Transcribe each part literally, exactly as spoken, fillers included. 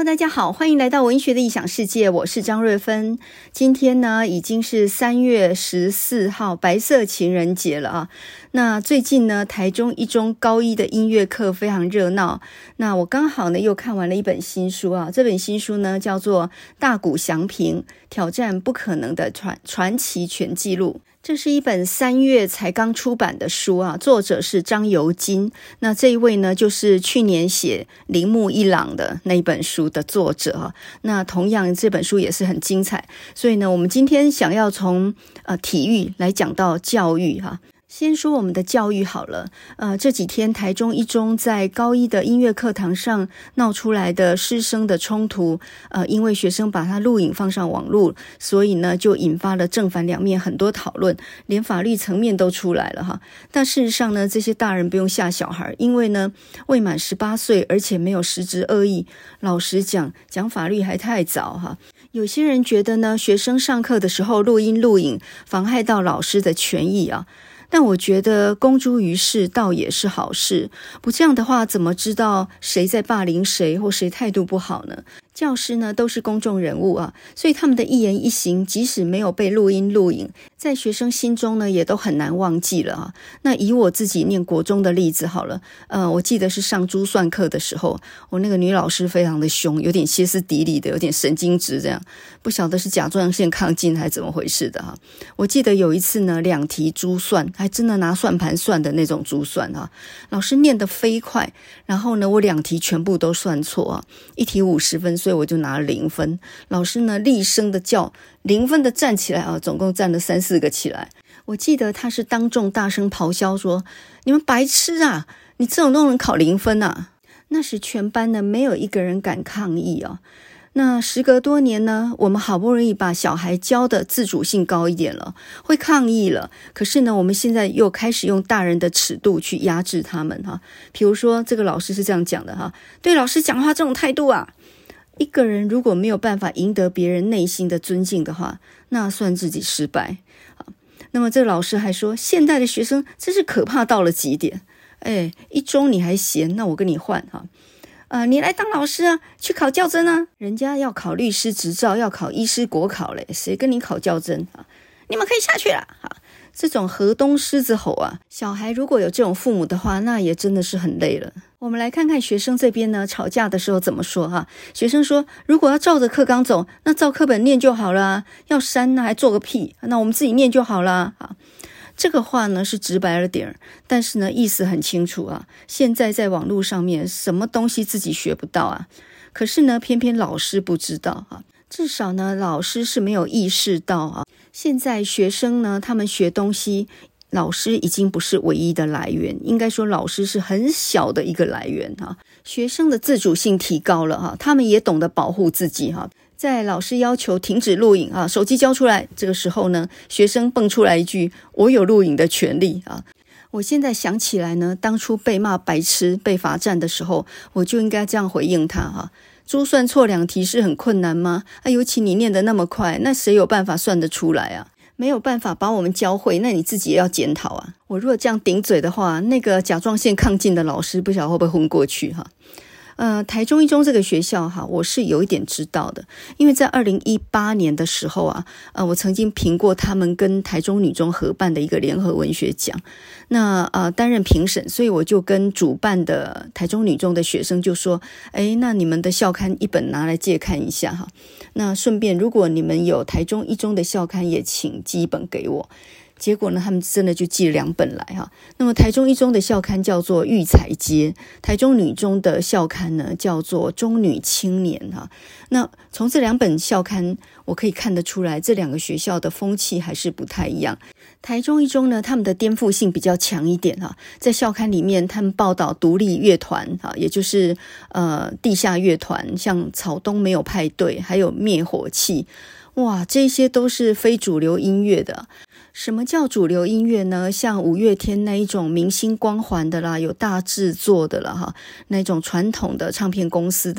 大家好，欢迎来到文学的异想世界，我是张瑞芬。今天呢已经是三月十四号白色情人节了啊。那最近呢台中一中高一的音乐课非常热闹，那我刚好呢又看完了一本新书啊，这本新书呢叫做大谷翔平挑战不可能的传传奇全纪录。这是一本三月才刚出版的书啊，作者是张尤金。那这一位呢，就是去年写《铃木一朗》的那一本书的作者啊。那同样这本书也是很精彩，所以呢，我们今天想要从呃体育来讲到教育哈、啊。先说我们的教育好了，呃，这几天台中一中在高一的音乐课堂上闹出来的师生的冲突，呃，因为学生把他录影放上网络，所以呢就引发了正反两面很多讨论，连法律层面都出来了哈。但事实上呢，这些大人不用吓小孩，因为呢未满十八岁，而且没有实质恶意。老实讲，讲法律还太早哈。有些人觉得呢，学生上课的时候录音录影，妨害到老师的权益啊。但我觉得公诸于世倒也是好事，不这样的话怎么知道谁在霸凌谁或谁态度不好呢？教师呢都是公众人物啊，所以他们的一言一行即使没有被录音录影，在学生心中呢也都很难忘记了啊。那以我自己念国中的例子好了，呃，我记得是上珠算课的时候，我那个女老师非常的凶，有点歇斯底里的，有点神经质这样，不晓得是甲状腺亢进还是怎么回事的哈、啊。我记得有一次呢，两题珠算，还真的拿算盘算的那种珠算啊，老师念得飞快，然后呢我两题全部都算错啊，一题五十分，所以我就拿了零分。老师呢厉声的叫零分的站起来啊，总共站了三四个起来。我记得他是当众大声咆哮说：“你们白痴啊！你这种都能考零分啊！”那时全班呢没有一个人敢抗议啊。那时隔多年呢，我们好不容易把小孩教的自主性高一点了，会抗议了，可是呢我们现在又开始用大人的尺度去压制他们哈。比如说这个老师是这样讲的哈：对老师讲话这种态度啊，一个人如果没有办法赢得别人内心的尊敬的话，那算自己失败。那么这个老师还说，现代的学生真是可怕到了极点。哎，一中你还嫌，那我跟你换哈。呃，你来当老师啊，去考教甄啊，人家要考律师执照，要考医师国考嘞，谁跟你考教甄啊？你们可以下去了啊！这种河东狮子吼啊，小孩如果有这种父母的话，那也真的是很累了。我们来看看学生这边呢，吵架的时候怎么说哈、啊？学生说，如果要照着课纲走，那照课本念就好了，要删那还做个屁，那我们自己念就好了啊。这个话呢是直白了点儿，但是呢意思很清楚啊。现在在网络上面什么东西自己学不到啊，可是呢偏偏老师不知道啊，至少呢老师是没有意识到啊。现在学生呢他们学东西，老师已经不是唯一的来源，应该说老师是很小的一个来源啊。学生的自主性提高了哈，他们也懂得保护自己哈。在老师要求停止录影啊，手机交出来，这个时候呢，学生蹦出来一句：“我有录影的权利啊！”我现在想起来呢，当初被骂白痴、被罚站的时候，我就应该这样回应他哈。珠算错两题是很困难吗？啊，尤其你念得那么快，那谁有办法算得出来啊？没有办法把我们教会，那你自己也要检讨啊！我如果这样顶嘴的话，那个甲状腺亢进的老师不晓得会不会昏过去哈。呃，台中一中这个学校哈，我是有一点知道的，因为在二零一八年的时候啊，呃，我曾经评过他们跟台中女中合办的一个联合文学奖，那呃担任评审，所以我就跟主办的台中女中的学生就说，诶，那你们的校刊一本拿来借看一下哈，那顺便如果你们有台中一中的校刊也请寄一本给我。结果呢，他们真的就寄了两本来哈。那么台中一中的校刊叫做育才街，台中女中的校刊呢叫做中女青年哈。那从这两本校刊我可以看得出来，这两个学校的风气还是不太一样。台中一中呢，他们的颠覆性比较强一点哈，在校刊里面他们报道独立乐团哈，也就是呃地下乐团，像草东没有派对，还有灭火器，哇，这些都是非主流音乐的。什么叫主流音乐呢？像五月天那一种明星光环的啦，有大制作的啦哈，那种传统的唱片公司的，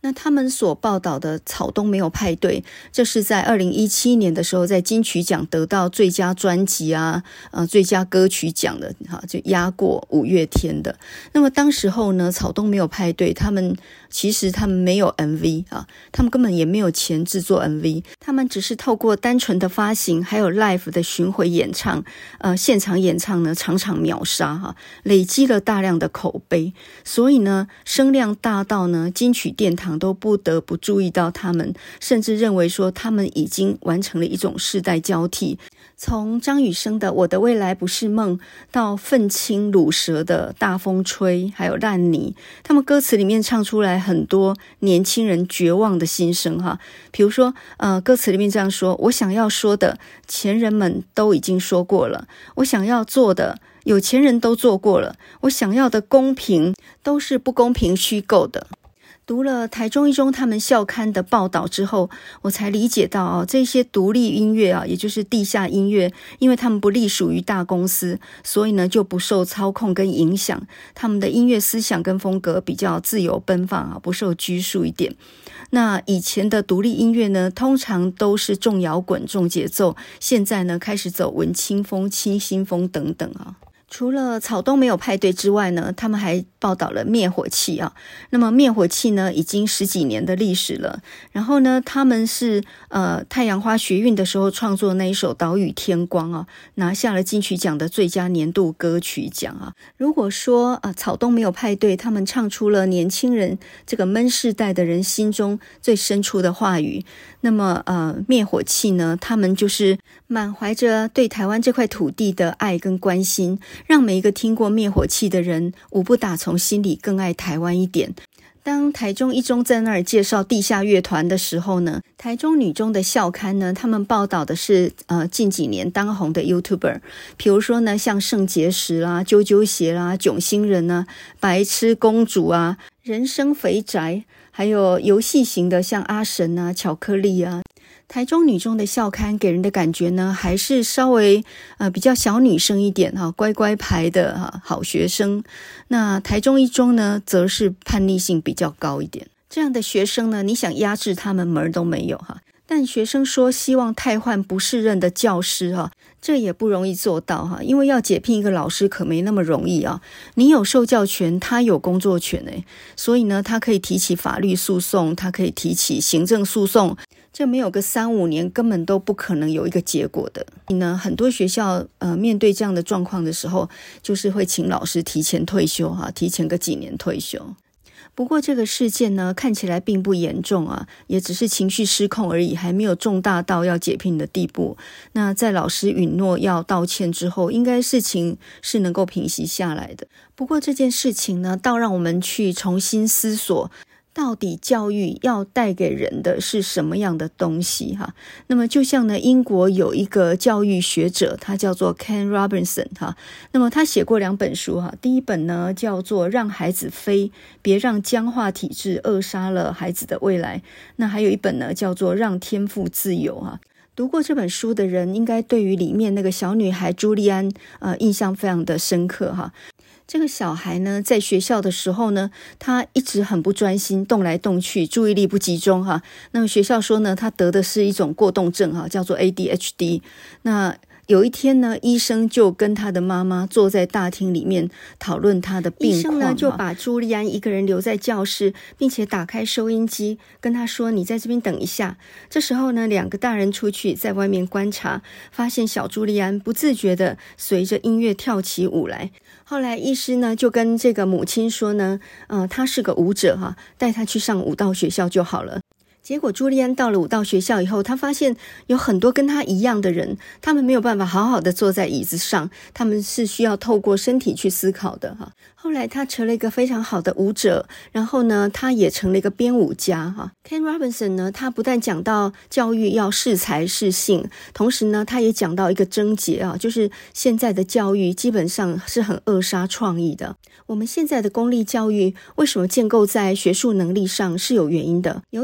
那他们所报道的草东没有派对，这是在二零一七年的时候在金曲奖得到最佳专辑啊呃最佳歌曲奖的哈，就压过五月天的。那么当时候呢，草东没有派对，他们其实他们没有 M V 啊，他们根本也没有钱制作 M V， 他们只是透过单纯的发行还有 live 的巡回演唱，呃现场演唱呢场场秒杀哈，累积了大量的口碑，所以呢声量大到呢金曲殿堂都不得不注意到他们，甚至认为说他们已经完成了一种世代交替。从张雨生的我的未来不是梦，到愤青鲁蛇的大风吹，还有烂泥，他们歌词里面唱出来很多年轻人绝望的心声哈。比如说呃，歌词里面这样说，我想要说的前人们都已经说过了，我想要做的有钱人都做过了，我想要的公平都是不公平虚构的。读了台中一中他们校刊的报道之后，我才理解到哦，这些独立音乐啊，也就是地下音乐，因为他们不隶属于大公司，所以呢就不受操控跟影响，他们的音乐思想跟风格比较自由奔放啊，不受拘束一点。那以前的独立音乐呢，通常都是重摇滚、重节奏，现在呢开始走文青风、清新风等等啊。除了草东没有派对之外呢，他们还报道了灭火器啊。那么灭火器呢，已经十几年的历史了。然后呢，他们是呃太阳花学运的时候创作那一首《岛屿天光》啊，拿下了金曲奖的最佳年度歌曲奖啊。如果说啊草东没有派对，他们唱出了年轻人这个闷世代的人心中最深处的话语，那么呃灭火器呢，他们就是满怀着对台湾这块土地的爱跟关心，让每一个听过灭火器的人无不打从心里更爱台湾一点。当台中一中在那儿介绍地下乐团的时候呢，台中女中的校刊呢，他们报道的是呃近几年当红的 YouTuber， 比如说呢像圣结石啦、啾啾鞋啦、囧星人啊、白痴公主啊、人生肥宅，还有游戏型的像阿神啊、巧克力啊。台中女中的校刊给人的感觉呢，还是稍微呃比较小女生一点哈，乖乖牌的哈好学生。那台中一中呢，则是叛逆性比较高一点。这样的学生呢，你想压制他们门都没有哈。但学生说希望汰换不适任的教师哈，这也不容易做到哈，因为要解聘一个老师可没那么容易啊。你有受教权，他有工作权诶，所以呢，他可以提起法律诉讼，他可以提起行政诉讼。这没有个三五年根本都不可能有一个结果的。呢，很多学校呃面对这样的状况的时候，就是会请老师提前退休哈，提前个几年退休。不过这个事件呢，看起来并不严重啊，也只是情绪失控而已，还没有重大到要解聘的地步。那在老师允诺要道歉之后，应该事情是能够平息下来的。不过这件事情呢，倒让我们去重新思索，到底教育要带给人的是什么样的东西哈？那么就像呢，英国有一个教育学者，他叫做 Ken Robinson 哈。那么他写过两本书哈，第一本呢叫做《让孩子飞，别让僵化体制扼杀了孩子的未来》。那还有一本呢叫做《让天赋自由》哈。读过这本书的人，应该对于里面那个小女孩朱莉安呃印象非常的深刻哈。这个小孩呢，在学校的时候呢，他一直很不专心，动来动去，注意力不集中哈。那么学校说呢，他得的是一种过动症哈，叫做 A D H D。那有一天呢，医生就跟他的妈妈坐在大厅里面讨论他的病况。医生呢就把朱莉安一个人留在教室，并且打开收音机，跟他说：“你在这边等一下。”这时候呢，两个大人出去在外面观察，发现小朱莉安不自觉的随着音乐跳起舞来。后来医师呢就跟这个母亲说呢，呃，他是个舞者哈，带他去上舞蹈学校就好了。结果朱莉安到了舞蹈学校以后，她发现有很多跟她一样的人，他们没有办法好好的坐在椅子上，他们是需要透过身体去思考的哈。后来她成了一个非常好的舞者，然后呢，她也成了一个编舞家哈。Ken Robinson 呢，他不但讲到教育要适才适性，同时呢，他也讲到一个症结啊，就是现在的教育基本上是很扼杀创意的。我们现在的公立教育为什么建构在学术能力上是有原因的，尤其是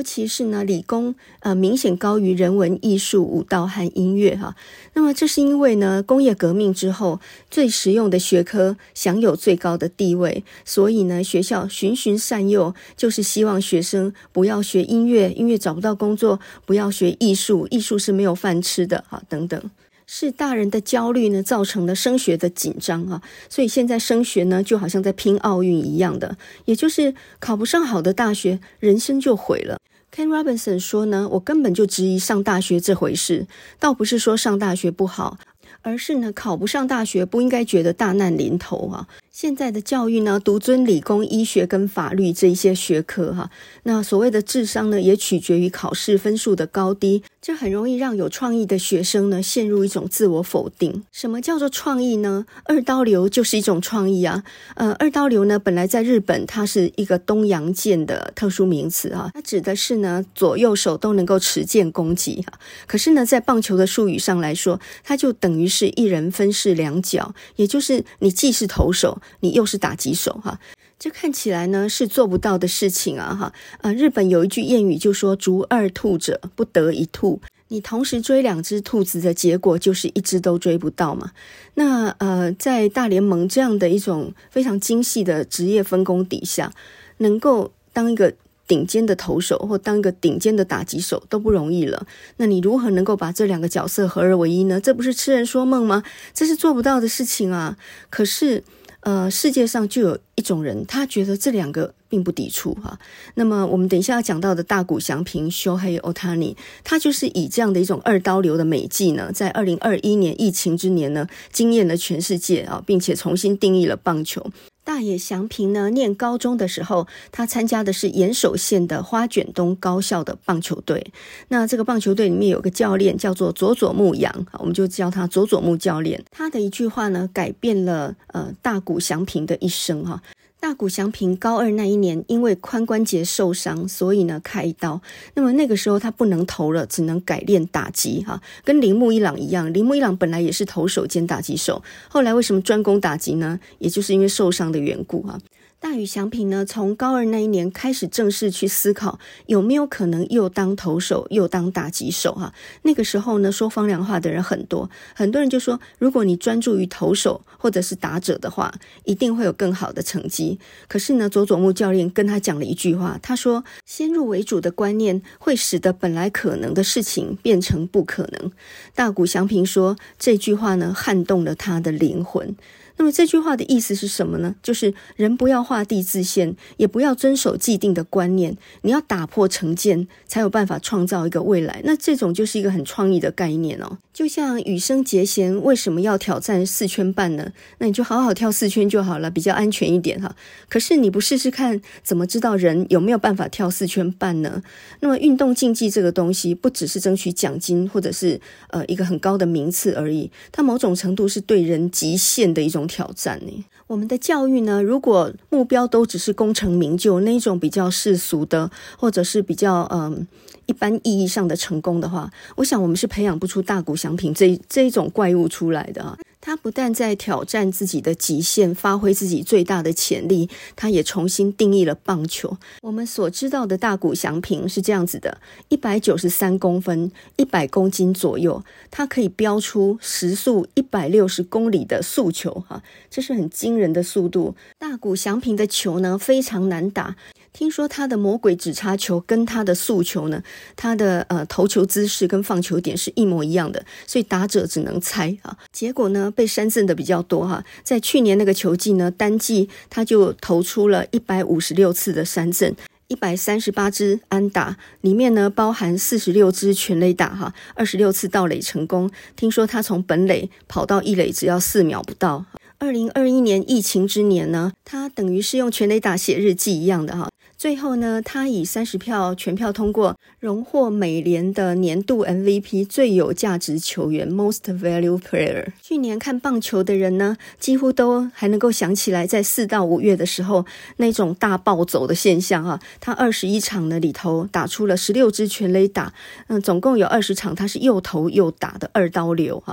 呢，理工呃明显高于人文、艺术、舞蹈和音乐哈。那么这是因为呢，工业革命之后，最实用的学科享有最高的地位，所以呢，学校循循善诱，就是希望学生不要学音乐，音乐找不到工作，不要学艺术，艺术是没有饭吃的哈，等等。是大人的焦虑呢，造成了升学的紧张啊，所以现在升学呢，就好像在拼奥运一样的，也就是考不上好的大学，人生就毁了。Ken Robinson 说呢，我根本就质疑上大学这回事，倒不是说上大学不好，而是呢，考不上大学不应该觉得大难临头啊。现在的教育呢，独尊理工、医学跟法律这一些学科哈，那所谓的智商呢，也取决于考试分数的高低，这很容易让有创意的学生呢，陷入一种自我否定。什么叫做创意呢？二刀流就是一种创意啊。呃，二刀流呢，本来在日本它是一个东洋剑的特殊名词啊，它指的是呢，左右手都能够持剑攻击哈。可是呢，在棒球的术语上来说，它就等于是一人分饰两角，也就是你既是投手，你又是打击手哈。这看起来呢是做不到的事情啊哈。呃，日本有一句谚语就说逐二兔者不得一兔，你同时追两只兔子的结果就是一只都追不到嘛。那呃，在大联盟这样的一种非常精细的职业分工底下，能够当一个顶尖的投手或当一个顶尖的打击手都不容易了，那你如何能够把这两个角色合而为一呢？这不是痴人说梦吗？这是做不到的事情啊。可是呃，世界上就有一种人，他觉得这两个并不抵触哈。那么我们等一下要讲到的大谷翔平 Shohei Ohtani， 他就是以这样的一种二刀流的美技呢，在二零二一年疫情之年呢，惊艳了全世界啊，并且重新定义了棒球。大野翔平呢，念高中的时候，他参加的是岩手县的花卷东高校的棒球队。那这个棒球队里面有个教练叫做佐佐木阳，我们就叫他佐佐木教练。他的一句话呢，改变了呃大谷翔平的一生哈。大谷翔平高二那一年，因为髋关节受伤，所以呢开刀。那么那个时候他不能投了，只能改练打击哈，跟铃木一朗一样。铃木一朗本来也是投手兼打击手，后来为什么专攻打击呢？也就是因为受伤的缘故哈。大谷翔平呢，从高二那一年开始正式去思考有没有可能又当投手又当打击手哈。那个时候呢，说风凉话的人很多，很多人就说，如果你专注于投手或者是打者的话，一定会有更好的成绩。可是呢，佐佐木教练跟他讲了一句话，他说，先入为主的观念会使得本来可能的事情变成不可能。大谷翔平说，这句话呢，撼动了他的灵魂。那么这句话的意思是什么呢？就是人不要画地自限，也不要遵守既定的观念，你要打破成见，才有办法创造一个未来。那这种就是一个很创意的概念哦。就像羽生结弦为什么要挑战四圈半呢？那你就好好跳四圈就好了，比较安全一点哈。可是你不试试看，怎么知道人有没有办法跳四圈半呢？那么运动竞技这个东西，不只是争取奖金或者是呃一个很高的名次而已，它某种程度是对人极限的一种挑战呢。我们的教育呢，如果目标都只是功成名就，那种比较世俗的，或者是比较嗯一般意义上的成功的话，我想我们是培养不出大谷翔平这这一种怪物出来的啊。他不但在挑战自己的极限，发挥自己最大的潜力，他也重新定义了棒球。我们所知道的大谷翔平是这样子的，一百九十三公分，一百公斤左右，他可以飙出时速一百六十公里的速球哈，这是很惊人的速度。大谷翔平的球呢，非常难打。听说他的魔鬼指叉球跟他的速球呢，他的呃投球姿势跟放球点是一模一样的，所以打者只能猜啊。结果呢，被删赠的比较多哈。在去年那个球季呢，单季他就投出了一百五十六次的删赠，一百三十八支安打，里面呢包含四十六支全垒打哈，二十六次盗垒成功。听说他从本垒跑到一垒只要四秒不到。二零二一年疫情之年呢，他等于是用全垒打写日记一样的哈。最后呢，他以三十票全票通过，荣获美联的年度 M V P 最有价值球员 Most Value Player。去年看棒球的人呢，几乎都还能够想起来，在四到五月的时候那种大暴走的现象啊。他二十一场呢里头打出了十六支全垒打，嗯，总共有二十场他是又投又打的二刀流哈。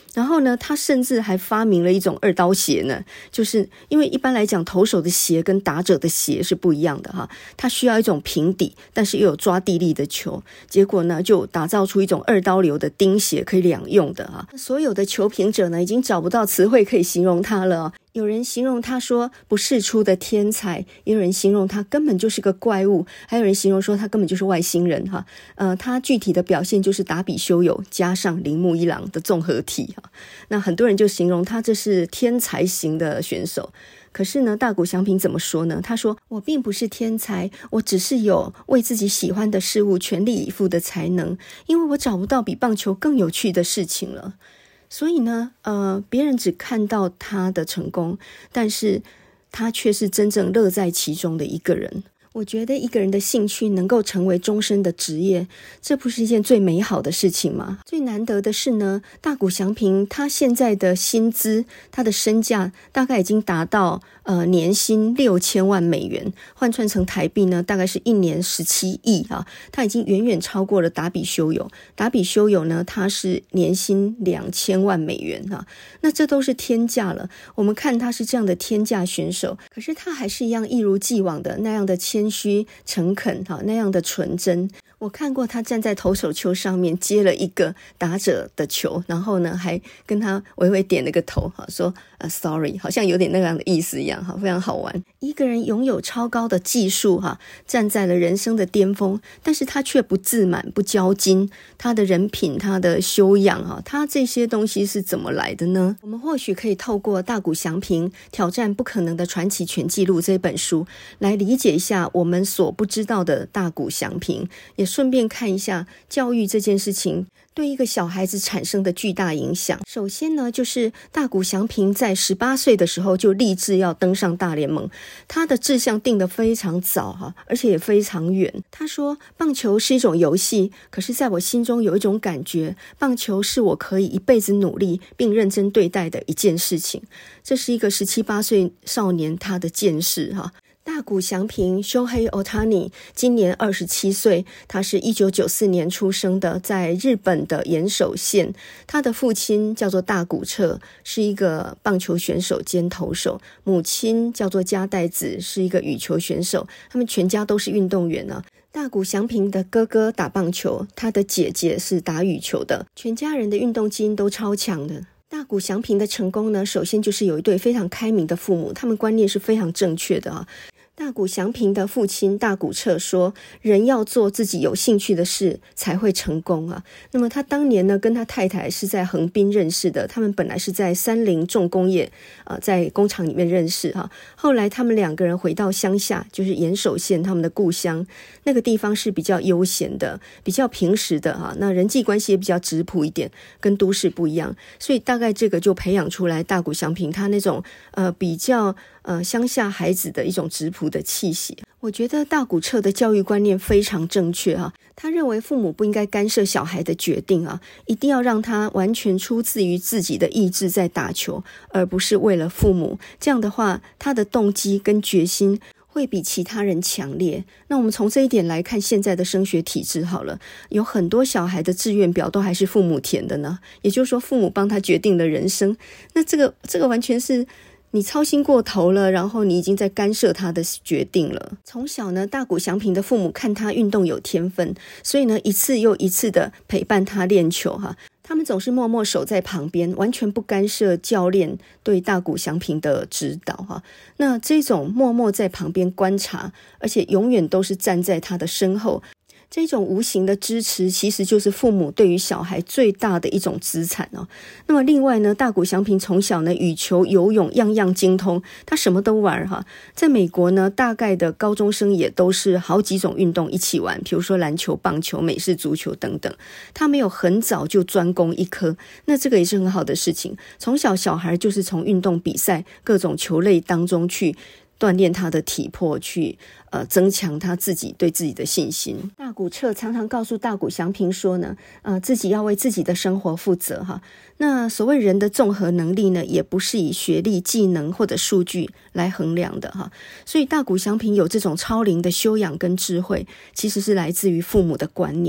然后呢，他甚至还发明了一种二刀鞋呢，就是因为一般来讲投手的鞋跟打者的鞋是不一样的哈，他需要一种平底但是又有抓地力的球，结果呢就打造出一种二刀流的钉鞋，可以两用的哈。所有的球评者呢已经找不到词汇可以形容他了，有人形容他说不世出的天才，也有人形容他根本就是个怪物，还有人形容说他根本就是外星人哈。呃，他具体的表现就是达比修有加上铃木一郎的综合体哈。那很多人就形容他这是天才型的选手。可是呢，大谷翔平怎么说呢？他说：“我并不是天才，我只是有为自己喜欢的事物全力以赴的才能，因为我找不到比棒球更有趣的事情了。”所以呢，呃，别人只看到他的成功，但是他却是真正乐在其中的一个人。我觉得一个人的兴趣能够成为终身的职业，这不是一件最美好的事情吗？最难得的是呢，大谷翔平他现在的薪资，他的身价大概已经达到呃年薪六千万美元，换算成台币呢，大概是一年十七亿啊，他已经远远超过了达比修有。达比修有呢，他是年薪两千万美元啊，那这都是天价了。我们看他是这样的天价选手，可是他还是一样一如既往的那样的谦虚诚恳哈，那样的纯真。我看过他站在投手丘上面接了一个打者的球，然后呢还跟他微微点了个头哈，说呃 sorry， 好像有点那样的意思一样哈，非常好玩。一个人拥有超高的技术哈，站在了人生的巅峰，但是他却不自满不骄矜，他的人品他的修养哈，他这些东西是怎么来的呢？我们或许可以透过大谷翔平挑战不可能的传奇全纪录这本书来理解一下我们所不知道的大谷翔平，也顺便看一下教育这件事情对一个小孩子产生的巨大影响。首先呢，就是大谷翔平在十八岁的时候就立志要登上大联盟，他的志向定得非常早哈，而且也非常远。他说，棒球是一种游戏，可是在我心中有一种感觉，棒球是我可以一辈子努力并认真对待的一件事情。这是一个十七八岁少年他的见识哈。大谷翔平 Shohei Ohtani 今年二十七岁，他是一九九四年出生的，在日本的岩手县。他的父亲叫做大谷彻，是一个棒球选手兼投手，母亲叫做加代子，是一个羽球选手，他们全家都是运动员啊。大谷翔平的哥哥打棒球，他的姐姐是打羽球的，全家人的运动基因都超强的。大谷翔平的成功呢，首先就是有一对非常开明的父母，他们观念是非常正确的啊。大谷翔平的父亲大谷彻说，人要做自己有兴趣的事才会成功啊。那么他当年呢，跟他太太是在横滨认识的，他们本来是在三菱重工业呃，在工厂里面认识哈。后来他们两个人回到乡下，就是岩手县他们的故乡，那个地方是比较悠闲的，比较平实的哈，那人际关系也比较质朴一点，跟都市不一样，所以大概这个就培养出来大谷翔平他那种呃比较呃乡下孩子的一种质朴的气息。我觉得大谷彻的教育观念非常正确啊，他认为父母不应该干涉小孩的决定啊，一定要让他完全出自于自己的意志在打球，而不是为了父母。这样的话，他的动机跟决心会比其他人强烈。那我们从这一点来看现在的升学体制好了，有很多小孩的志愿表都还是父母填的呢，也就是说父母帮他决定了人生。那这个这个完全是你操心过头了，然后你已经在干涉他的决定了。从小呢，大谷翔平的父母看他运动有天分，所以呢一次又一次的陪伴他练球哈。他们总是默默守在旁边，完全不干涉教练对大谷翔平的指导哈。那这种默默在旁边观察，而且永远都是站在他的身后，这种无形的支持其实就是父母对于小孩最大的一种资产哦。那么另外呢，大谷翔平从小呢羽球游泳样样精通，他什么都玩哈。在美国呢，大概的高中生也都是好几种运动一起玩，比如说篮球、棒球、美式足球等等。他没有很早就专攻一科，那这个也是很好的事情。从小小孩就是从运动比赛各种球类当中去锻炼他的体魄，去呃增强他自己对自己的信心。大谷彻常常告诉大谷翔平说呢，呃自己要为自己的生活负责哈。那所谓人的综合能力呢，也不是以学历、技能或者数据来衡量的哈。所以大谷翔平有这种超龄的修养跟智慧，其实是来自于父母的观念。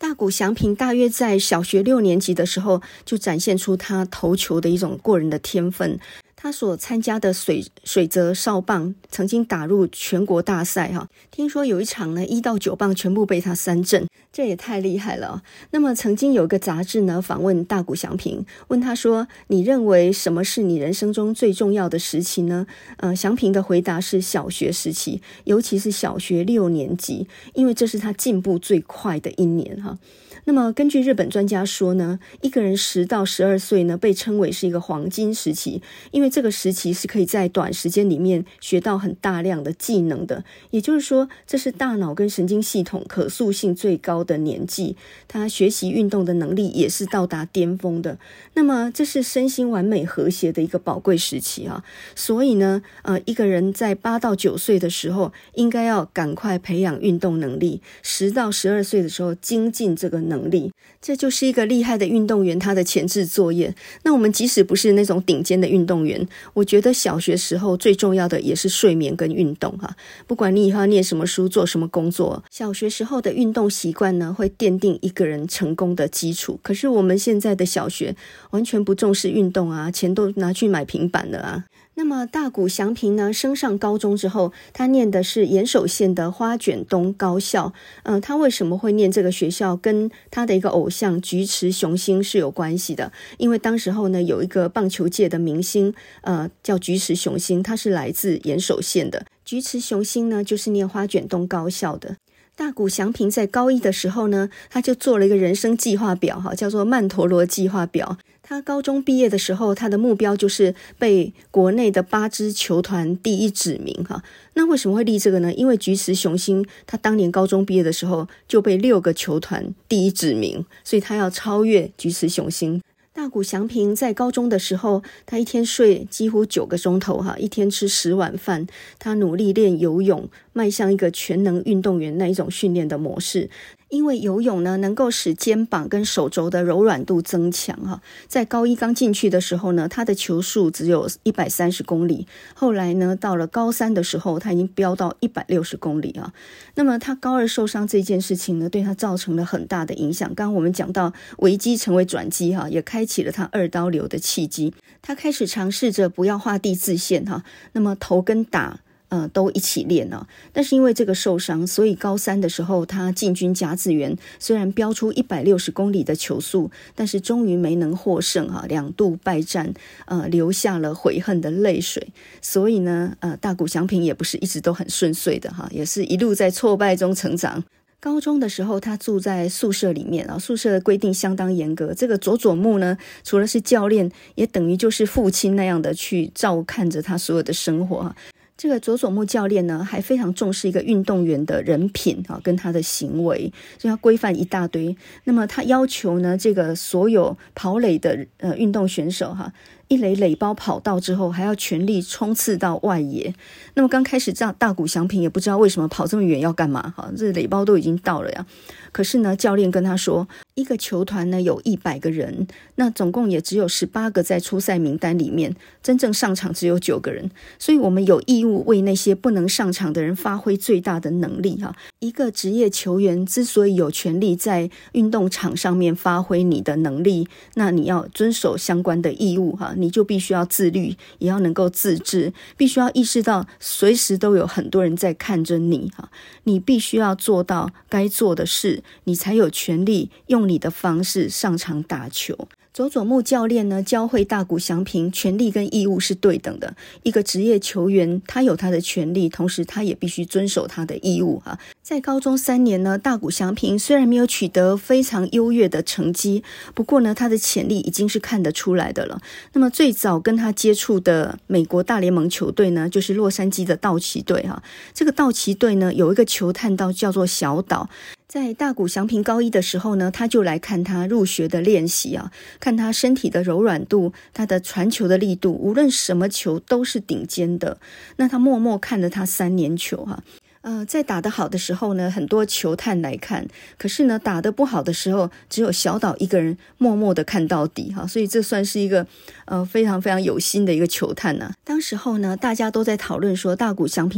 大谷翔平大约在小学六年级的时候就展现出他投球的一种过人的天分。他所参加的水水泽少棒曾经打入全国大赛哈，听说有一场呢一到九棒全部被他三振，这也太厉害了。那么曾经有个杂志呢访问大谷翔平，问他说你认为什么是你人生中最重要的时期呢？呃，翔平的回答是小学时期，尤其是小学六年级，因为这是他进步最快的一年哈。那么根据日本专家说呢，一个人十到十二岁呢被称为是一个黄金时期，因为这个时期是可以在短时间里面学到很大量的技能的，也就是说这是大脑跟神经系统可塑性最高的年纪，他学习运动的能力也是到达巅峰的。那么这是身心完美和谐的一个宝贵时期啊，所以呢呃，一个人在八到九岁的时候应该要赶快培养运动能力，十到十二岁的时候精进这个能力，这就是一个厉害的运动员他的前置作业。那我们即使不是那种顶尖的运动员，我觉得小学时候最重要的也是睡眠跟运动哈。不管你以后要念什么书做什么工作，小学时候的运动习惯呢会奠定一个人成功的基础。可是我们现在的小学完全不重视运动啊，钱都拿去买平板了啊。那么大谷翔平呢升上高中之后，他念的是岩手县的花卷东高校。呃，他为什么会念这个学校，跟他的一个偶像菊池雄星是有关系的。因为当时候呢有一个棒球界的明星呃，叫菊池雄星，他是来自岩手县的。菊池雄星呢就是念花卷东高校的。大谷翔平在高一的时候呢，他就做了一个人生计划表哈，叫做曼陀罗计划表。他高中毕业的时候，他的目标就是被国内的八支球团第一指名哈。那为什么会立这个呢？因为菊池雄星他当年高中毕业的时候就被六个球团第一指名，所以他要超越菊池雄星。大谷翔平在高中的时候，他一天睡几乎九个钟头哈，一天吃十碗饭。他努力练游泳，迈向一个全能运动员那一种训练的模式。因为游泳呢能够使肩膀跟手肘的柔软度增强哈。在高一刚进去的时候呢，他的球速只有一百三十公里，后来呢到了高三的时候，他已经飙到一百六十公里啊。那么他高二受伤这件事情呢，对他造成了很大的影响。刚刚我们讲到危机成为转机哈，也开启了他二刀流的契机。他开始尝试着不要画地自限哈，那么投跟打呃，都一起练了、啊，但是因为这个受伤，所以高三的时候他进军甲子园，虽然飙出一百六十公里的球速，但是终于没能获胜哈、啊，两度败战，呃，留下了悔恨的泪水。所以呢，呃，大谷翔平也不是一直都很顺遂的哈、啊，也是一路在挫败中成长。高中的时候他住在宿舍里面啊，宿舍的规定相当严格。这个佐佐木呢，除了是教练，也等于就是父亲那样的去照看着他所有的生活啊。这个佐佐木教练呢，还非常重视一个运动员的人品啊，跟他的行为，所以他规范一大堆。那么他要求呢，这个所有跑垒的呃运动选手哈、啊，一垒垒包跑到之后，还要全力冲刺到外野。那么刚开始这样，大谷翔平也不知道为什么跑这么远要干嘛哈，这垒包都已经到了呀。可是呢，教练跟他说，一个球团呢有一百个人，那总共也只有十八个在出赛名单里面，真正上场只有九个人，所以我们有义务为那些不能上场的人发挥最大的能力哈。一个职业球员之所以有权利在运动场上面发挥你的能力，那你要遵守相关的义务哈，你就必须要自律，也要能够自制，必须要意识到随时都有很多人在看着你哈，你必须要做到该做的事，你才有权利用你的方式上场打球。佐佐木教练呢，教会大谷翔平权利跟义务是对等的。一个职业球员，他有他的权利，同时他也必须遵守他的义务啊。在高中三年呢，大谷翔平虽然没有取得非常优越的成绩，不过呢，他的潜力已经是看得出来的了。那么最早跟他接触的美国大联盟球队呢，就是洛杉矶的道奇队哈。这个道奇队呢，有一个球探道叫做小岛。在大谷翔平高一的时候呢，他就来看他入学的练习啊，看他身体的柔软度，他的传球的力度，无论什么球都是顶尖的。那他默默看了他三年球哈、啊。呃，在打得好的时候呢，很多球探来看，可是呢，打得不好的时候，只有小岛一个人默默的看到底哈，所以这算是一个呃非常非常有心的一个球探呢、啊。当时候呢，大家都在讨论说大谷翔平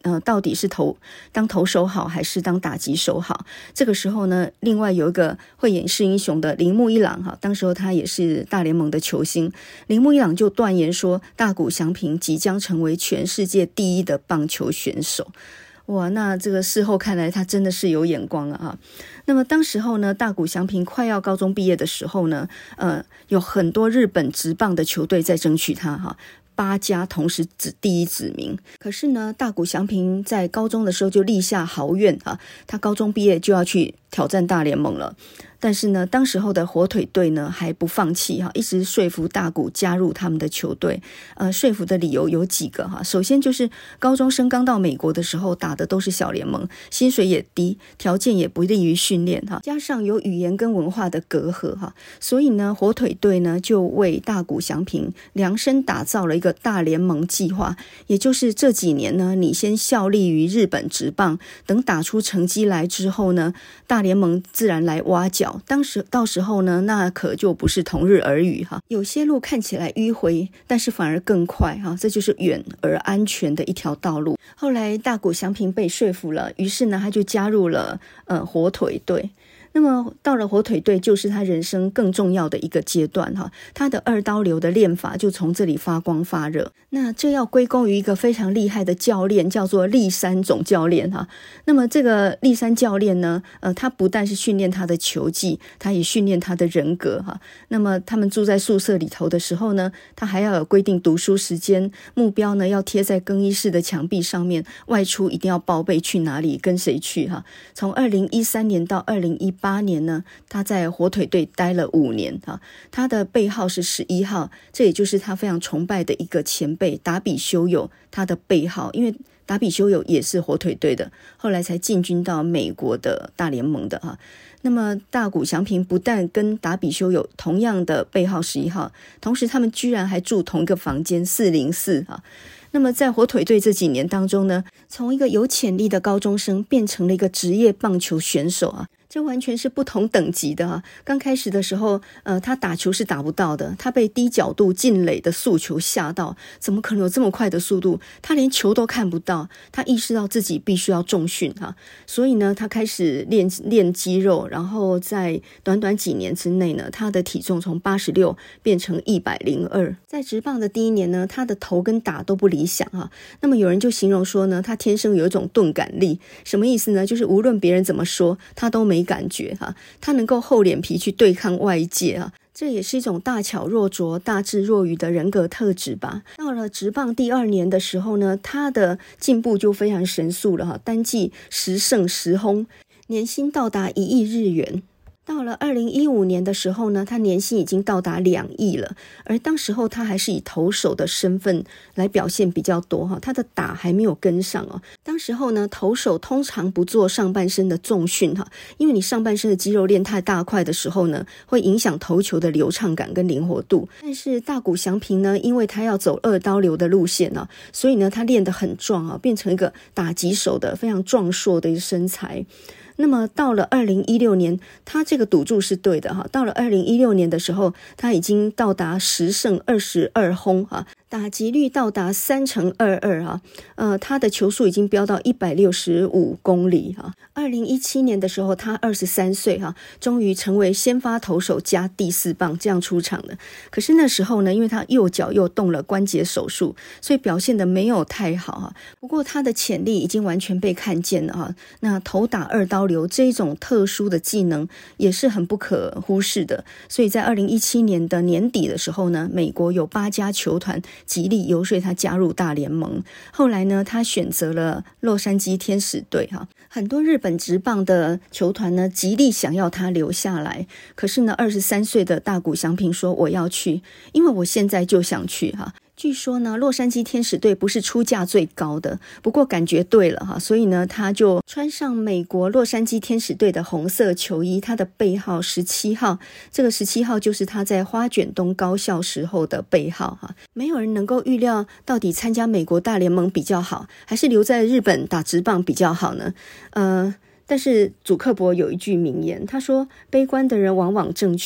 呃，到底是投当投手好还是当打击手好？这个时候呢，另外有一个会演示英雄的铃木一朗哈，当时候他也是大联盟的球星，铃木一朗就断言说，大谷翔平即将成为全世界第一的棒球选手。哇，那这个事后看来他真的是有眼光啊哈。那么当时候呢，大谷翔平快要高中毕业的时候呢，呃，有很多日本职棒的球队在争取他哈。八家同时指第一指名，可是呢，大谷翔平在高中的时候就立下豪愿啊，他高中毕业就要去挑战大联盟了。但是呢，当时候的火腿队呢还不放弃哈，一直说服大谷加入他们的球队。呃，说服的理由有几个哈，首先就是高中生刚到美国的时候打的都是小联盟，薪水也低，条件也不利于训练哈，加上有语言跟文化的隔阂哈，所以呢，火腿队呢就为大谷翔平量身打造了一个大联盟计划，也就是这几年呢，你先效力于日本职棒，等打出成绩来之后呢，大联盟自然来挖角。当时到时候呢，那可就不是同日而语哈。有些路看起来迂回，但是反而更快哈，这就是远而安全的一条道路。后来大谷翔平被说服了，于是呢，他就加入了呃火腿队。那么到了火腿队，就是他人生更重要的一个阶段哈，他的二刀流的练法就从这里发光发热。那这要归功于一个非常厉害的教练，叫做立山总教练哈。那么这个立山教练呢，呃，他不但是训练他的球技，他也训练他的人格哈。那么他们住在宿舍里头的时候呢，他还要有规定读书时间，目标呢要贴在更衣室的墙壁上面，外出一定要报备去哪里，跟谁去哈。从二零一三年到二零一八年呢，他在火腿队待了五年哈，他的背号是十一号，这也就是他非常崇拜的一个前辈达比修有他的背号，因为达比修有也是火腿队的，后来才进军到美国的大联盟的哈。那么大谷翔平不但跟达比修有同样的背号十一号，同时他们居然还住同一个房间四零四哈。那么在火腿队这几年当中呢，从一个有潜力的高中生变成了一个职业棒球选手啊，这完全是不同等级的啊。刚开始的时候呃，他打球是打不到的，他被低角度进垒的速球吓到，怎么可能有这么快的速度，他连球都看不到，他意识到自己必须要重训啊，所以呢他开始练练肌肉，然后在短短几年之内呢，他的体重从八十六变成一百零二。在职棒的第一年呢，他的投跟打都不理想啊。那么有人就形容说呢，他天生有一种钝感力，什么意思呢？就是无论别人怎么说，他都没感觉哈，他能够厚脸皮去对抗外界啊，这也是一种大巧若拙、大智若愚的人格特质吧。到了职棒第二年的时候呢，他的进步就非常神速了哈，单季十胜十轰，年薪到达一亿日元。到了二零一五年的时候呢，他年薪已经到达两亿了，而当时候他还是以投手的身份来表现比较多哈，他的打还没有跟上哦。当时候呢，投手通常不做上半身的重训哈，因为你上半身的肌肉练太大块的时候呢，会影响投球的流畅感跟灵活度。但是大谷翔平呢，因为他要走二刀流的路线啊，所以呢，他练得很壮啊，变成一个打击手的非常壮硕的一个身材。那么到了二零一六年，他这个赌注是对的哈。到了二零一六年的时候，他已经到达十胜二十二轰啊，打击率到达三成二二啊，呃，他的球速已经飙到一百六十五公里哈。二零一七年的时候，他二十三岁哈，终于成为先发投手加第四棒这样出场了。可是那时候呢，因为他右脚又动了关节手术，所以表现得没有太好哈。不过他的潜力已经完全被看见了哈。那投打二刀流这一种特殊的技能也是很不可忽视的。所以在二零一七年的年底的时候呢，美国有八家球团极力游说他加入大联盟。后来呢，他选择了洛杉矶天使队哈。很多日本职棒的球团呢，极力想要他留下来。可是呢，二十三岁的大谷翔平说：“我要去，因为我现在就想去哈。”据说呢，洛杉矶天使队不是出价最高的，不过感觉对了哈，所以呢，他就穿上美国洛杉矶天使队的红色球衣，他的背号十七号，这个十七号就是他在花卷东高校时候的背号哈。没有人能够预料到底参加美国大联盟比较好，还是留在日本打职棒比较好呢？呃，但是祖克伯有一句名言，他说：“悲观的人往往正确。”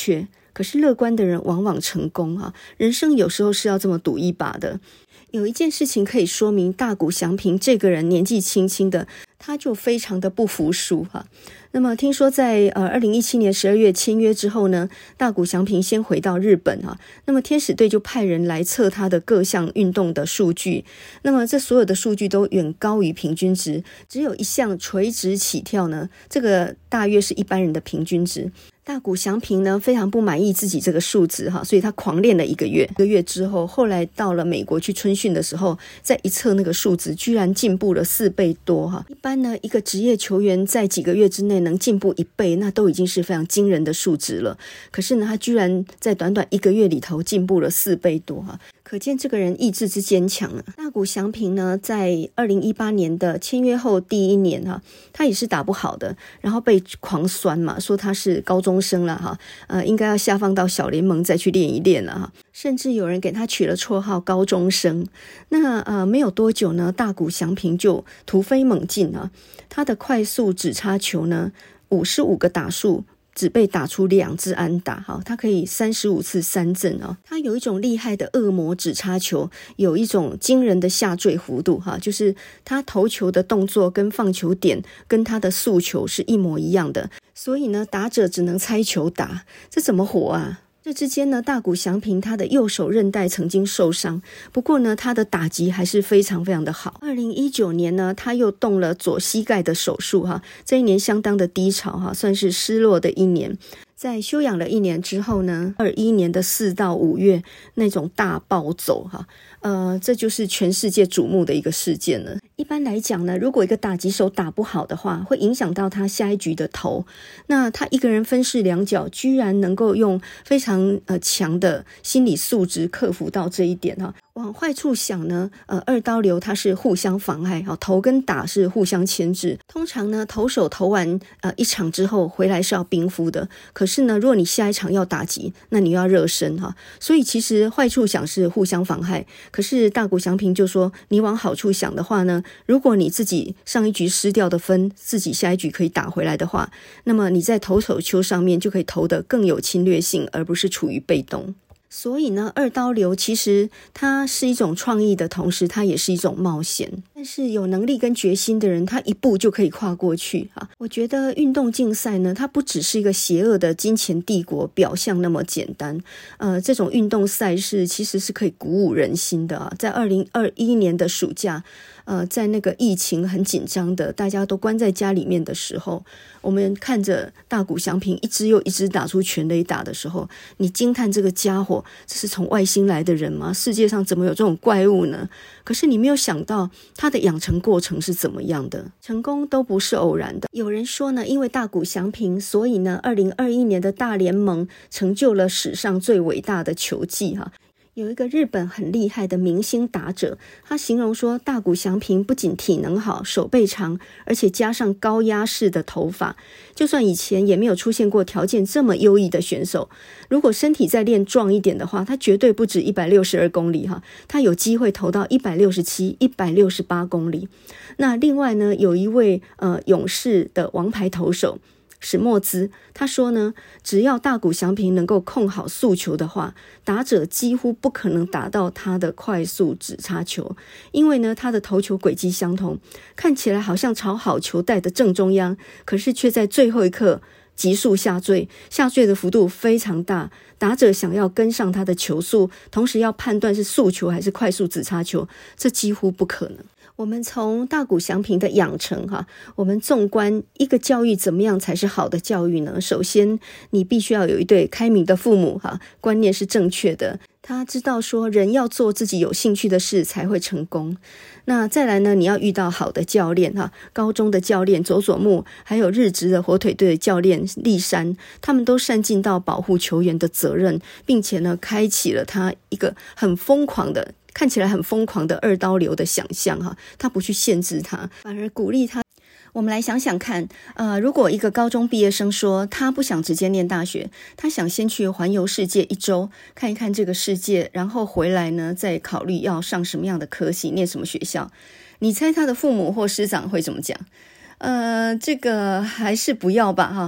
可是乐观的人往往成功啊，人生有时候是要这么赌一把的。有一件事情可以说明大谷翔平这个人年纪轻轻的，他就非常的不服输哈。那么听说在呃二零一七年十二月签约之后呢，大谷翔平先回到日本哈，那么天使队就派人来测他的各项运动的数据，那么这所有的数据都远高于平均值，只有一项垂直起跳呢，这个大约是一般人的平均值。大谷翔平呢非常不满意自己这个数值哈，所以他狂练了一个月。一个月之后，后来到了美国去春训的时候，再一测那个数值，居然进步了四倍多哈。一般呢，一个职业球员在几个月之内能进步一倍，那都已经是非常惊人的数值了。可是呢，他居然在短短一个月里头进步了四倍多哈。可见这个人意志之坚强啊！大谷翔平呢，在二零一八年的签约后第一年哈，他也是打不好的，然后被狂酸嘛，说他是高中生了哈，呃，应该要下放到小联盟再去练一练了哈，甚至有人给他取了绰号高中生。那呃，没有多久呢，大谷翔平就突飞猛进啊，他的快速指叉球呢，五十五个打数。只被打出两支安打哈，他可以三十五次三振哦。他有一种厉害的恶魔指叉球，有一种惊人的下坠幅度哈，就是他投球的动作跟放球点跟他的速球是一模一样的，所以呢，打者只能猜球打，这怎么活啊？这之间呢，大谷翔平他的右手韧带曾经受伤，不过呢，他的打击还是非常非常的好。二零一九年呢，他又动了左膝盖的手术哈，这一年相当的低潮哈，算是失落的一年。在休养了一年之后呢，二一年的四到五月那种大暴走哈，呃，这就是全世界瞩目的一个事件了。一般来讲呢，如果一个打击手打不好的话，会影响到他下一局的投。那他一个人分饰两角，居然能够用非常呃强的心理素质克服到这一点哈。往坏处想呢，呃，二刀流它是互相妨碍，好，投跟打是互相牵制。通常呢，投手投完呃一场之后回来是要冰敷的，可是呢，如果你下一场要打击，那你又要热身哈。所以其实坏处想是互相妨害。可是大谷翔平就说，你往好处想的话呢，如果你自己上一局失掉的分，自己下一局可以打回来的话，那么你在投手球上面就可以投得更有侵略性，而不是处于被动。所以呢，二刀流其实它是一种创意的同时，它也是一种冒险。但是有能力跟决心的人，他一步就可以跨过去啊！我觉得运动竞赛呢，它不只是一个邪恶的金钱帝国表象那么简单。呃，这种运动赛事其实是可以鼓舞人心的啊！在二零二一年的暑假，呃，在那个疫情很紧张的，大家都关在家里面的时候，我们看着大谷翔平一支又一支打出全垒打的时候，你惊叹这个家伙，这是从外星来的人吗？世界上怎么有这种怪物呢？可是你没有想到他的养成过程是怎么样的，成功都不是偶然的。有人说呢，因为大谷翔平，所以呢，二零二一年的大联盟成就了史上最伟大的球技哈。有一个日本很厉害的明星打者，他形容说，大谷翔平不仅体能好，手背长，而且加上高压式的投法，就算以前也没有出现过条件这么优异的选手，如果身体再练壮一点的话，他绝对不止一百六十二公里哈，他有机会投到一百六十七、一百六十八公里。那另外呢，有一位呃勇士的王牌投手史莫兹，他说呢，只要大谷翔平能够控好速球的话，打者几乎不可能打到他的快速指叉球，因为呢，他的投球轨迹相同，看起来好像朝好球带的正中央，可是却在最后一刻急速下坠，下坠的幅度非常大，打者想要跟上他的球速，同时要判断是速球还是快速指叉球，这几乎不可能。我们从大谷翔平的养成哈，我们纵观一个教育怎么样才是好的教育呢？首先，你必须要有一对开明的父母哈，观念是正确的，他知道说人要做自己有兴趣的事才会成功。那再来呢，你要遇到好的教练哈，高中的教练佐佐木，还有日职的火腿队的教练立山，他们都善尽到保护球员的责任，并且呢，开启了他一个很疯狂的看起来很疯狂的二刀流的想象哈，他不去限制他，反而鼓励他。我们来想想看，呃，如果一个高中毕业生说他不想直接念大学，他想先去环游世界一周，看一看这个世界，然后回来呢，再考虑要上什么样的科系，念什么学校，你猜他的父母或师长会怎么讲？呃，这个还是不要吧哈。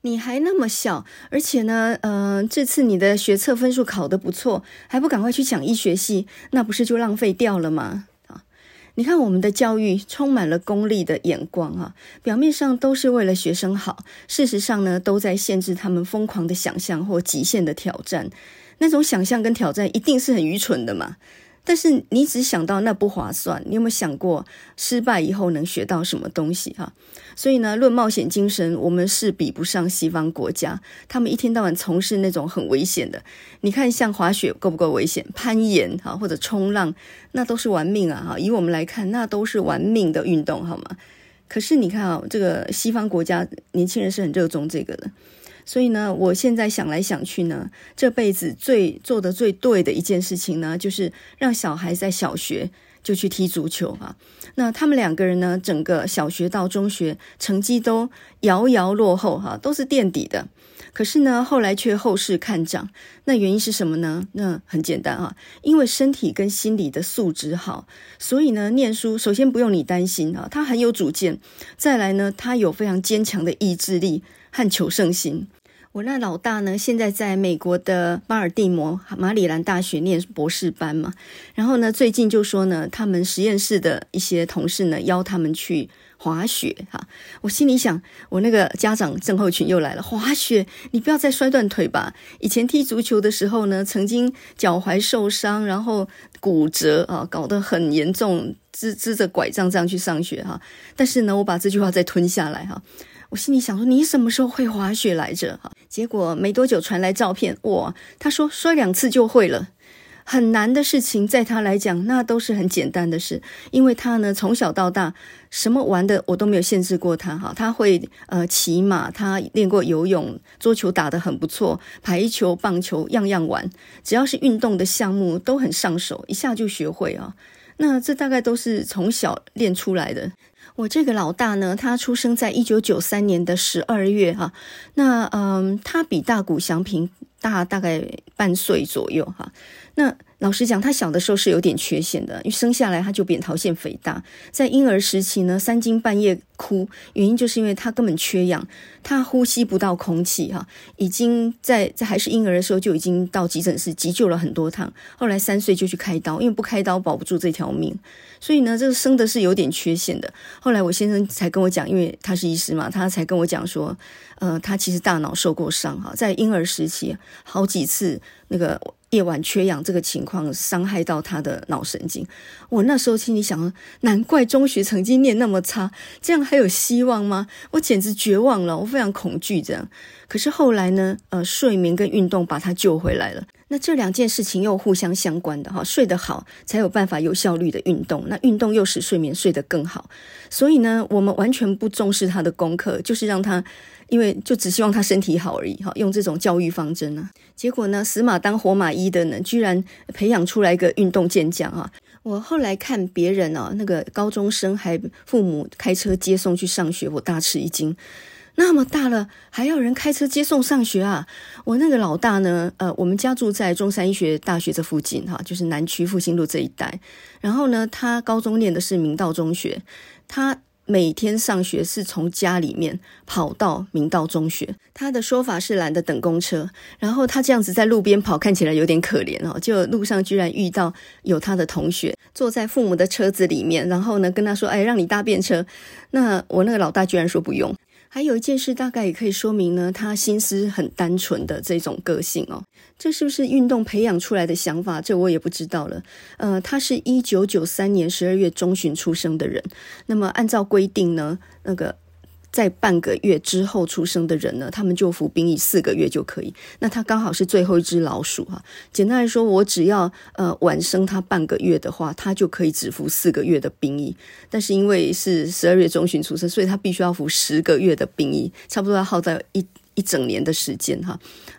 你还那么小，而且呢，呃，这次你的学测分数考得不错，还不赶快去抢医学系，那不是就浪费掉了吗？啊，你看我们的教育充满了功利的眼光啊，表面上都是为了学生好，事实上呢，都在限制他们疯狂的想象或极限的挑战。那种想象跟挑战一定是很愚蠢的嘛。但是你只想到那不划算，你有没有想过失败以后能学到什么东西哈？所以呢，论冒险精神，我们是比不上西方国家，他们一天到晚从事那种很危险的。你看像滑雪够不够危险？攀岩哈，或者冲浪，那都是玩命啊哈！以我们来看，那都是玩命的运动好吗？可是你看啊，这个西方国家年轻人是很热衷这个的。所以呢，我现在想来想去呢，这辈子最做的最对的一件事情呢，就是让小孩在小学就去踢足球啊。那他们两个人呢，整个小学到中学成绩都遥遥落后哈，都是垫底的。可是呢，后来却后世看涨。那原因是什么呢？那很简单啊，因为身体跟心理的素质好，所以呢，念书首先不用你担心啊，他很有主见。再来呢，他有非常坚强的意志力和求胜心。我那老大呢，现在在美国的巴尔的摩马里兰大学念博士班嘛，然后呢，最近就说呢，他们实验室的一些同事呢，邀他们去滑雪哈。我心里想，我那个家长症候群又来了，滑雪，你不要再摔断腿吧。以前踢足球的时候呢，曾经脚踝受伤，然后骨折啊，搞得很严重，支支着拐杖这样去上学哈。但是呢，我把这句话再吞下来哈。我心里想说，你什么时候会滑雪来着？结果没多久传来照片，哇，他说摔两次就会了。很难的事情在他来讲那都是很简单的事，因为他呢从小到大什么玩的我都没有限制过他哈，他会呃骑马，他练过游泳，桌球打得很不错，排球、棒球样样玩，只要是运动的项目都很上手，一下就学会啊。那这大概都是从小练出来的。我这个老大呢，他出生在一九九三年的十二月哈，那嗯，他比大谷翔平大大概半岁左右哈。那老实讲，他小的时候是有点缺陷的，因为生下来他就扁桃腺肥大，在婴儿时期呢，三更半夜哭，原因就是因为他根本缺氧，他呼吸不到空气哈，已经在在还是婴儿的时候就已经到急诊室急救了很多趟，后来三岁就去开刀，因为不开刀保不住这条命，所以呢，这个生的是有点缺陷的。后来我先生才跟我讲，因为他是医师嘛，他才跟我讲说，呃，他其实大脑受过伤哈，在婴儿时期好几次那个夜晚缺氧这个情况伤害到他的脑神经。我那时候心里想，难怪中学成绩念那么差，这样还有希望吗？我简直绝望了，我非常恐惧这样。可是后来呢，呃，睡眠跟运动把他救回来了。那这两件事情又互相相关的哈，睡得好才有办法有效率的运动，那运动又使睡眠睡得更好。所以呢，我们完全不重视他的功课，就是让他，因为就只希望他身体好而已哈，用这种教育方针啊。结果呢，死马当活马医的呢，居然培养出来一个运动健将啊！我后来看别人啊，那个高中生还父母开车接送去上学，我大吃一惊。那么大了还要人开车接送上学啊？我那个老大呢，呃，我们家住在中山医学大学这附近哈，就是南区复兴路这一带。然后呢，他高中念的是明道中学，他每天上学是从家里面跑到明道中学，他的说法是懒得等公车，然后他这样子在路边跑看起来有点可怜哦，就路上居然遇到有他的同学坐在父母的车子里面，然后呢跟他说，哎，让你搭便车。那我那个老大居然说不用。还有一件事大概也可以说明呢，他心思很单纯的这种个性哦，这是不是运动培养出来的想法？这我也不知道了。呃，他是一九九三年十二月中旬出生的人，那么按照规定呢，那个在半个月之后出生的人呢，他们就服兵役四个月就可以。那他刚好是最后一只老鼠哈。简单来说，我只要呃晚生他半个月的话，他就可以只服四个月的兵役。但是因为是十二月中旬出生，所以他必须要服十个月的兵役，差不多要耗在一一整年的时间哈。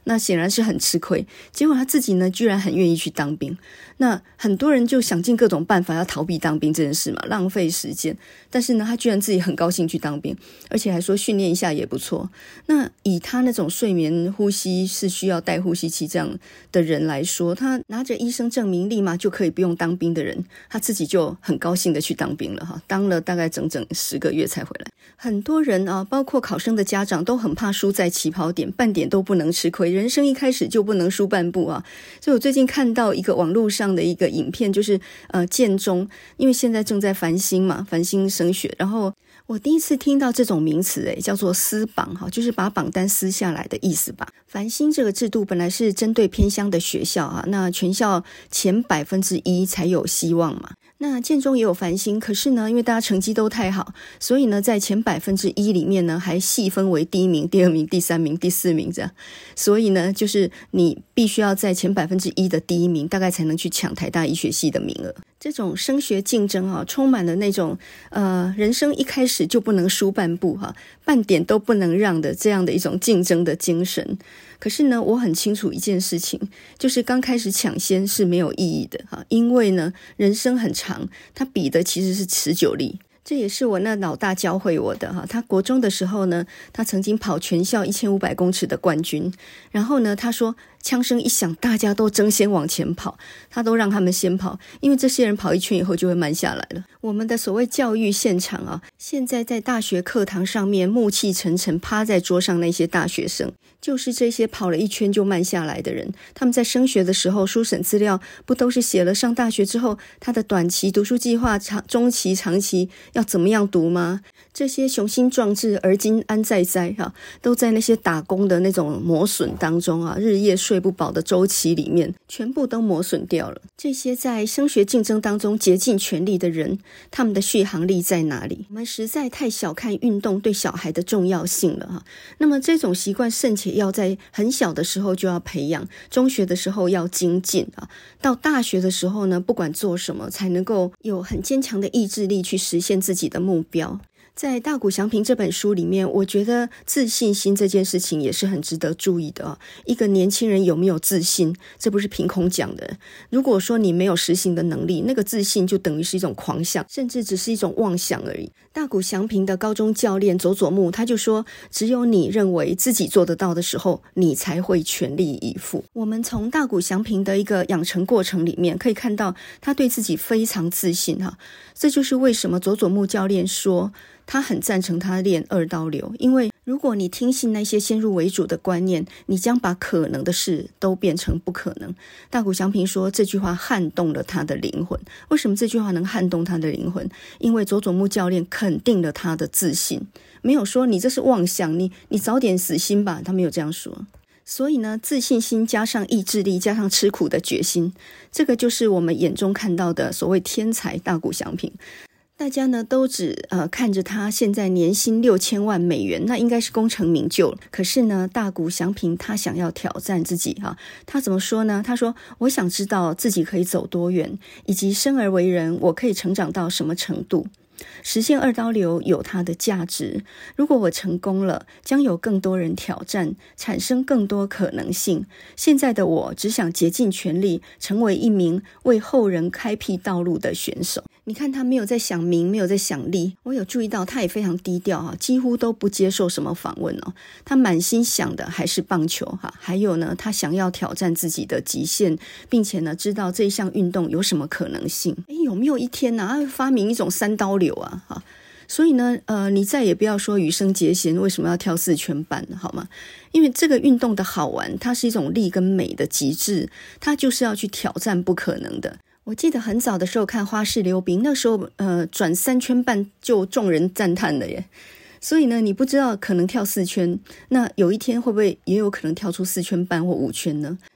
那显然是很吃亏。结果他自己呢，居然很愿意去当兵。那很多人就想尽各种办法要逃避当兵这件事嘛，浪费时间。但是呢，他居然自己很高兴去当兵，而且还说训练一下也不错。那以他那种睡眠呼吸是需要戴呼吸器这样的人来说，他拿着医生证明立马就可以不用当兵的人，他自己就很高兴的去当兵了哈，当了大概整整十个月才回来。很多人啊，包括考生的家长都很怕输在起跑点，半点都不能吃亏，人生一开始就不能输半步啊。所以我最近看到一个网络上的一个影片，就是呃建中，因为现在正在繁星嘛，繁星升学，然后我第一次听到这种名词诶，叫做撕榜哈，就是把榜单撕下来的意思吧。繁星这个制度本来是针对偏乡的学校啊，那全校前百分之一才有希望嘛。那建中也有繁星，可是呢，因为大家成绩都太好，所以呢，在前百分之一里面呢，还细分为第一名、第二名、第三名、第四名这样。所以呢，就是你必须要在前百分之一的第一名，大概才能去抢台大医学系的名额。这种升学竞争啊，充满了那种呃，人生一开始就不能输半步哈、啊，半点都不能让的这样的一种竞争的精神。可是呢，我很清楚一件事情，就是刚开始抢先是没有意义的哈，因为呢，人生很长，它比的其实是持久力。这也是我那老大教会我的哈。他国中的时候呢，他曾经跑全校一千五百公尺的冠军。然后呢，他说枪声一响，大家都争先往前跑，他都让他们先跑，因为这些人跑一圈以后就会慢下来了。我们的所谓教育现场啊，现在在大学课堂上面暮气沉沉趴在桌上那些大学生，就是这些跑了一圈就慢下来的人。他们在升学的时候书审资料不都是写了上大学之后他的短期读书计划、长中期、长期要怎么样读吗？这些雄心壮志而今安在哉啊，都在那些打工的那种磨损当中啊，日夜睡不饱的周期里面，全部都磨损掉了。这些在升学竞争当中竭尽全力的人，他们的续航力在哪里？我们实在太小看运动对小孩的重要性了哈。那么这种习惯甚且要在很小的时候就要培养，中学的时候要精进啊，到大学的时候呢，不管做什么才能够有很坚强的意志力去实现自己的目标。在大谷翔平这本书里面，我觉得自信心这件事情也是很值得注意的哦。一个年轻人有没有自信，这不是凭空讲的。如果说你没有实行的能力，那个自信就等于是一种狂想，甚至只是一种妄想而已。大谷翔平的高中教练佐佐木他就说，只有你认为自己做得到的时候，你才会全力以赴。我们从大谷翔平的一个养成过程里面可以看到，他对自己非常自信哈。这就是为什么佐佐木教练说他很赞成他练二刀流，因为如果你听信那些先入为主的观念，你将把可能的事都变成不可能。大谷翔平说这句话撼动了他的灵魂。为什么这句话能撼动他的灵魂？因为佐佐木教练肯定了他的自信，没有说你这是妄想，你你早点死心吧，他没有这样说。所以呢，自信心加上意志力加上吃苦的决心，这个就是我们眼中看到的所谓天才大谷翔平。大家呢都只呃看着他现在年薪六千万美元，那应该是功成名就了。可是呢，大谷翔平他想要挑战自己哈，他怎么说呢？他说：“我想知道自己可以走多远，以及生而为人，我可以成长到什么程度。”实现二刀流有它的价值，如果我成功了，将有更多人挑战，产生更多可能性。现在的我只想竭尽全力，成为一名为后人开辟道路的选手。你看他没有在想名，没有在想利。我有注意到他也非常低调啊，几乎都不接受什么访问哦。他满心想的还是棒球哈，还有呢，他想要挑战自己的极限，并且呢，知道这一项运动有什么可能性。诶，有没有一天呢、啊，他会发明一种三刀流啊？哈，所以呢，呃，你再也不要说羽生结弦为什么要跳四圈半，好吗？因为这个运动的好玩，它是一种力跟美的极致，它就是要去挑战不可能的。我记得很早的时候看花式溜冰，那时候呃转三圈半就众人赞叹了耶。所以呢，你不知道可能跳四圈，那有一天会不会也有可能跳出四圈半或五圈呢？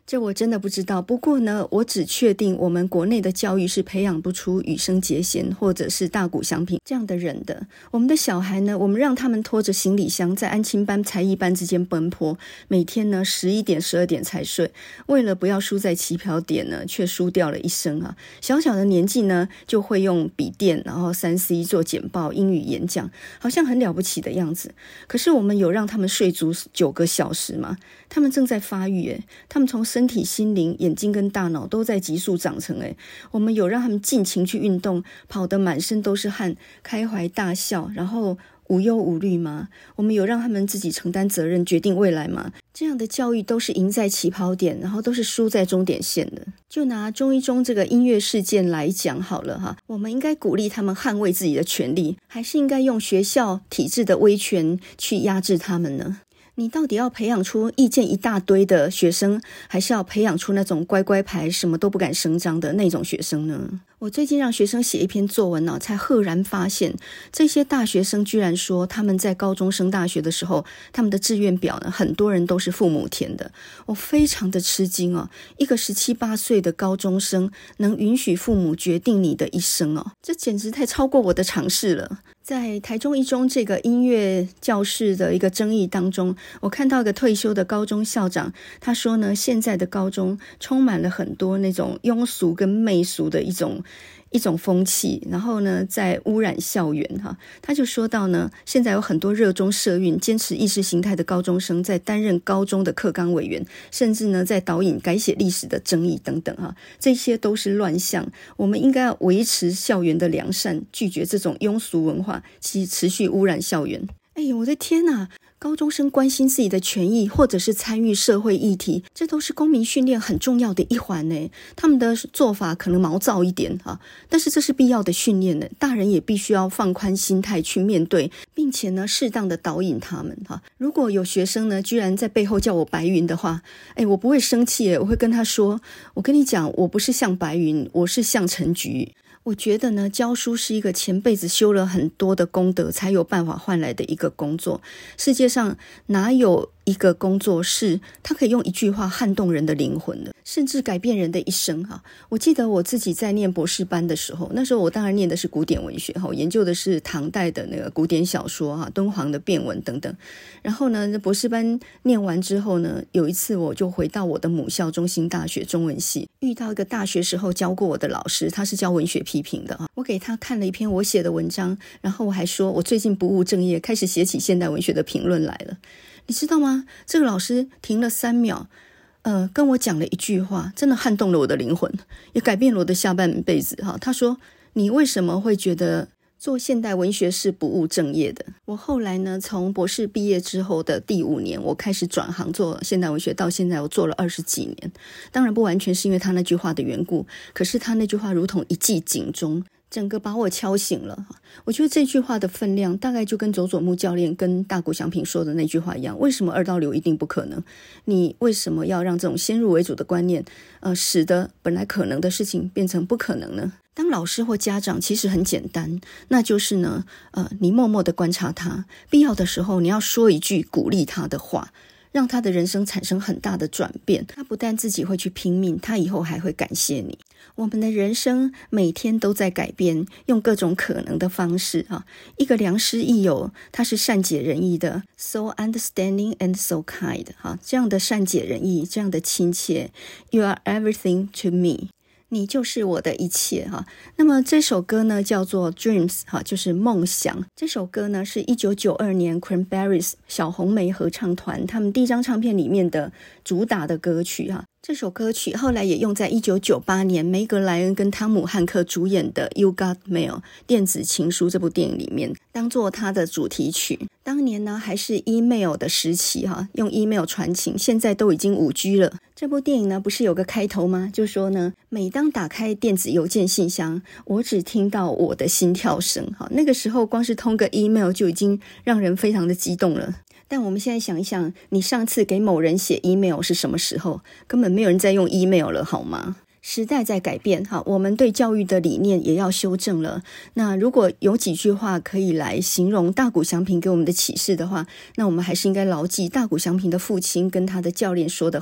这我真的不知道，不过呢，我只确定我们国内的教育是培养不出羽生结弦或者是大谷翔平这样的人的。我们的小孩呢，我们让他们拖着行李箱在安亲班、才艺班之间奔波，每天呢十一点、十二点才睡，为了不要输在起跑点呢，却输掉了一生啊！小小的年纪呢，就会用笔电，然后三 C 做简报、英语演讲，好像很了不起的样子。可是我们有让他们睡足九个小时吗？他们正在发育耶，他们从身体、心灵、眼睛跟大脑都在急速长成耶。我们有让他们尽情去运动，跑得满身都是汗，开怀大笑，然后无忧无虑吗？我们有让他们自己承担责任，决定未来吗？这样的教育都是赢在起跑点，然后都是输在终点线的。就拿中一中这个音乐事件来讲好了哈，我们应该鼓励他们捍卫自己的权利，还是应该用学校体制的威权去压制他们呢？你到底要培养出意见一大堆的学生，还是要培养出那种乖乖牌什么都不敢声张的那种学生呢？我最近让学生写一篇作文啊，才赫然发现这些大学生居然说他们在高中升大学的时候，他们的志愿表呢，很多人都是父母填的。我非常的吃惊哦，一个十七八岁的高中生能允许父母决定你的一生哦，这简直太超过我的常识了。在台中一中这个音乐教室的一个争议当中，我看到一个退休的高中校长，他说呢，现在的高中充满了很多那种庸俗跟媚俗的一种一种风气，然后呢在污染校园哈。他就说到呢，现在有很多热衷社运、坚持意识形态的高中生在担任高中的课纲委员，甚至呢在导引改写历史的争议等等哈，这些都是乱象。我们应该要维持校园的良善，拒绝这种庸俗文化，其持续污染校园。哎呦，我的天哪！高中生关心自己的权益，或者是参与社会议题，这都是公民训练很重要的一环呢。他们的做法可能毛躁一点啊，但是这是必要的训练呢。大人也必须要放宽心态去面对，并且呢，适当的导引他们哈。如果有学生呢，居然在背后叫我白云的话，哎，我不会生气耶，我会跟他说，我跟你讲，我不是像白云，我是像陈菊。我觉得呢，教书是一个前辈子修了很多的功德才有办法换来的一个工作。世界上哪有一个工作是它可以用一句话撼动人的灵魂的，甚至改变人的一生哈。我记得我自己在念博士班的时候，那时候我当然念的是古典文学哈，研究的是唐代的那个古典小说哈，敦煌的变文等等。然后呢，博士班念完之后呢，有一次我就回到我的母校中兴大学中文系，遇到一个大学时候教过我的老师，他是教文学批评的哈。我给他看了一篇我写的文章，然后我还说我最近不务正业，开始写起现代文学的评论来了。你知道吗？这个老师停了三秒，呃，跟我讲了一句话，真的撼动了我的灵魂，也改变了我的下半辈子哈。他说：“你为什么会觉得做现代文学是不务正业的？”我后来呢，从博士毕业之后的第五年，我开始转行做现代文学，到现在我做了二十几年。当然不完全是因为他那句话的缘故，可是他那句话如同一记警钟，整个把我敲醒了。我觉得这句话的分量大概就跟佐佐木教练跟大谷翔平说的那句话一样，为什么二刀流一定不可能？你为什么要让这种先入为主的观念呃，使得本来可能的事情变成不可能呢？当老师或家长其实很简单，那就是呢呃，你默默的观察他，必要的时候你要说一句鼓励他的话，让他的人生产生很大的转变。他不但自己会去拼命，他以后还会感谢你。我们的人生每天都在改变，用各种可能的方式啊。一个良师益友，他是善解人意的 ，so understanding and so kind 哈，这样的善解人意，这样的亲切 ，you are everything to me。你就是我的一切哈。那么这首歌呢叫做 Dreams 哈，就是梦想。这首歌呢是一九九二年 Cranberries 小红莓合唱团他们第一张唱片里面的主打的歌曲哈。这首歌曲后来也用在一九九八年梅格莱恩跟汤姆汉克主演的 You Got Mail 电子情书这部电影里面，当作它的主题曲。当年呢还是 email 的时期哈，用 email 传情，现在都已经 五 G 了。这部电影呢不是有个开头吗？就说呢，每当打开电子邮件信箱，我只听到我的心跳声哈。那个时候光是通个 email 就已经让人非常的激动了。但我们现在想一想，你上次给某人写 email 是什么时候？根本没有人在用 email 了好吗？时代在改变哈，我们对教育的理念也要修正了。那如果有几句话可以来形容大谷翔平给我们的启示的话，那我们还是应该牢记大谷翔平的父亲跟他的教练说的话：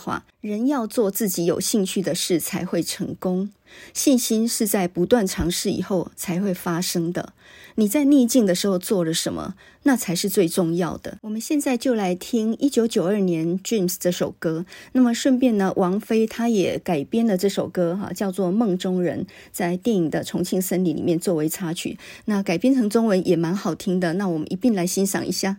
人要做自己有兴趣的事才会成功，信心是在不断尝试以后才会发生的。你在逆境的时候做了什么，那才是最重要的。我们现在就来听一九九二年 Dreams 这首歌，那么顺便呢，王菲她也改编了这首歌哈，叫做梦中人，在电影的重庆森林里面作为插曲，那改编成中文也蛮好听的，那我们一并来欣赏一下。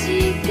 起。